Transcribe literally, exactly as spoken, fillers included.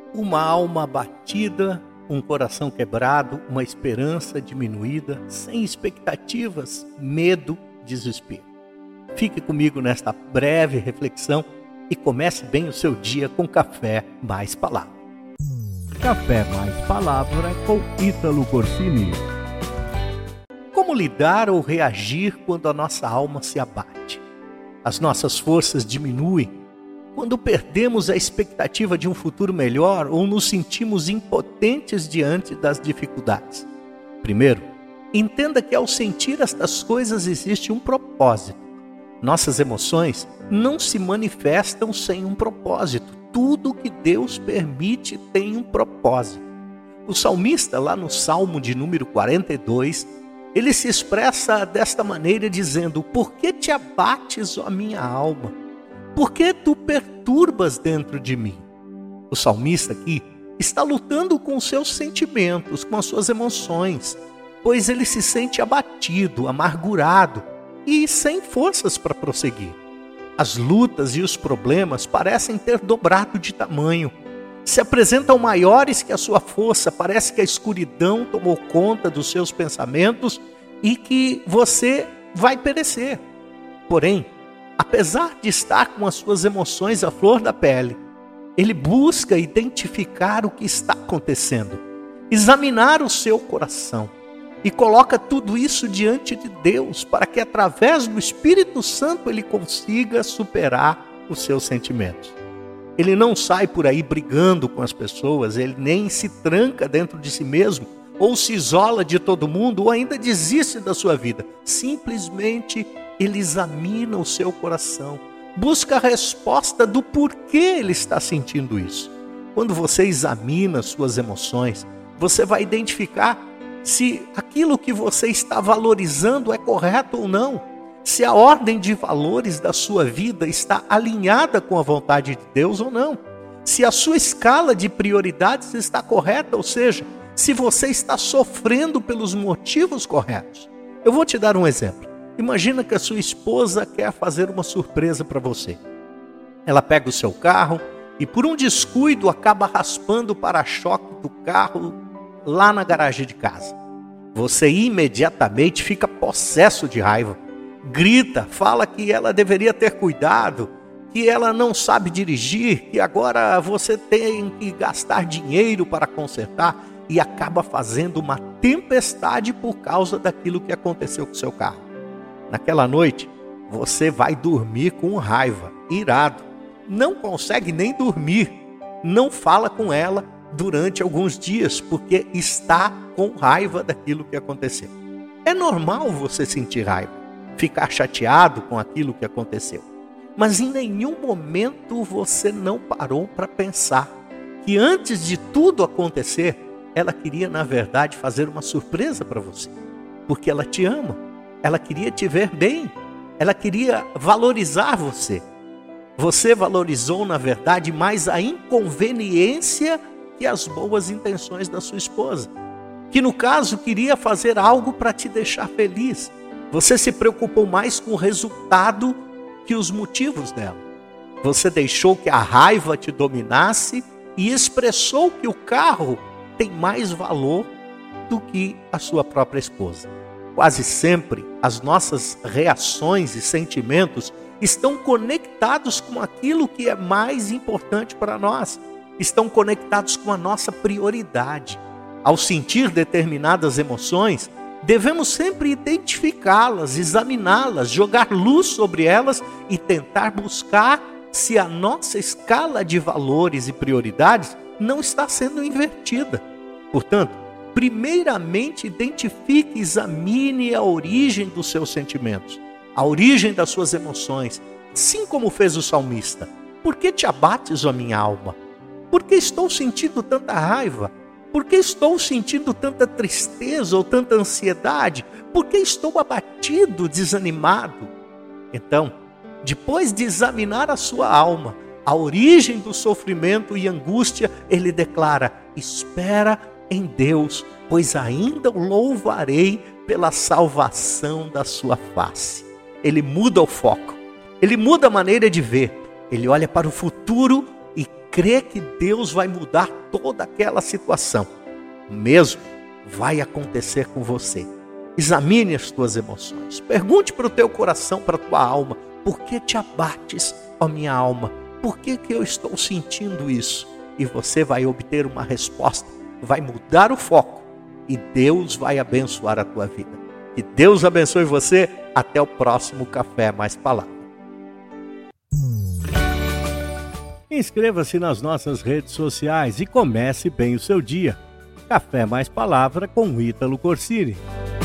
Uma alma abatida, um coração quebrado, uma esperança diminuída, sem expectativas, medo, desespero. Fique comigo nesta breve reflexão e comece bem o seu dia com Café Mais Palavra. Café Mais Palavra com Ítalo Corsini. Como lidar ou reagir quando a nossa alma se abate? As nossas forças diminuem quando perdemos a expectativa de um futuro melhor ou nos sentimos impotentes diante das dificuldades. Primeiro, entenda que ao sentir estas coisas existe um propósito. Nossas emoções não se manifestam sem um propósito. Tudo que Deus permite tem um propósito. O salmista, lá no Salmo de número quarenta e dois, ele se expressa desta maneira dizendo: por que te abates, ó minha alma? Por que tu perturbas dentro de mim? O salmista aqui está lutando com os seus sentimentos, com as suas emoções, pois ele se sente abatido, amargurado e sem forças para prosseguir. As lutas e os problemas parecem ter dobrado de tamanho. Se apresentam maiores que a sua força, parece que a escuridão tomou conta dos seus pensamentos e que você vai perecer. Porém, apesar de estar com as suas emoções à flor da pele, ele busca identificar o que está acontecendo, examinar o seu coração e coloca tudo isso diante de Deus para que através do Espírito Santo ele consiga superar os seus sentimentos. Ele não sai por aí brigando com as pessoas, ele nem se tranca dentro de si mesmo, ou se isola de todo mundo, ou ainda desiste da sua vida. Simplesmente ele examina o seu coração, busca a resposta do porquê ele está sentindo isso. Quando você examina suas emoções, você vai identificar se aquilo que você está valorizando é correto ou não, se a ordem de valores da sua vida está alinhada com a vontade de Deus ou não, se a sua escala de prioridades está correta, ou seja, se você está sofrendo pelos motivos corretos. Eu vou te dar um exemplo. Imagina que a sua esposa quer fazer uma surpresa para você. Ela pega o seu carro e por um descuido acaba raspando o para-choque do carro lá na garagem de casa. Você imediatamente fica possesso de raiva. Grita, fala que ela deveria ter cuidado, que ela não sabe dirigir, que agora você tem que gastar dinheiro para consertar e acaba fazendo uma tempestade por causa daquilo que aconteceu com o seu carro. Naquela noite, você vai dormir com raiva, irado, não consegue nem dormir, não fala com ela durante alguns dias, porque está com raiva daquilo que aconteceu. É normal você sentir raiva, ficar chateado com aquilo que aconteceu, mas em nenhum momento você não parou para pensar que antes de tudo acontecer, ela queria, na verdade, fazer uma surpresa para você, porque ela te ama. Ela queria te ver bem, ela queria valorizar você. Você valorizou, na verdade, mais a inconveniência que as boas intenções da sua esposa, que no caso queria fazer algo para te deixar feliz. Você se preocupou mais com o resultado que os motivos dela. Você deixou que a raiva te dominasse e expressou que o carro tem mais valor do que a sua própria esposa. Quase sempre, as nossas reações e sentimentos estão conectados com aquilo que é mais importante para nós. Estão conectados com a nossa prioridade. Ao sentir determinadas emoções, devemos sempre identificá-las, examiná-las, jogar luz sobre elas e tentar buscar se a nossa escala de valores e prioridades não está sendo invertida. Portanto, primeiramente, identifique e examine a origem dos seus sentimentos, a origem das suas emoções, assim como fez o salmista. Por que te abates, ó minha alma? Por que estou sentindo tanta raiva? Por que estou sentindo tanta tristeza ou tanta ansiedade? Por que estou abatido, desanimado? Então, depois de examinar a sua alma, a origem do sofrimento e angústia, ele declara: espera em Deus, pois ainda o louvarei pela salvação da sua face. Ele muda o foco, ele muda a maneira de ver, ele olha para o futuro e crê que Deus vai mudar toda aquela situação. O mesmo vai acontecer com você. Examine as tuas emoções. Pergunte para o teu coração, para a tua alma: por que te abates, ó minha alma? Por que que eu estou sentindo isso? E você vai obter uma resposta, vai mudar o foco e Deus vai abençoar a tua vida. Que Deus abençoe você. Até o próximo Café Mais Palavra. Inscreva-se nas nossas redes sociais e comece bem o seu dia. Café Mais Palavra com Ítalo Corsini.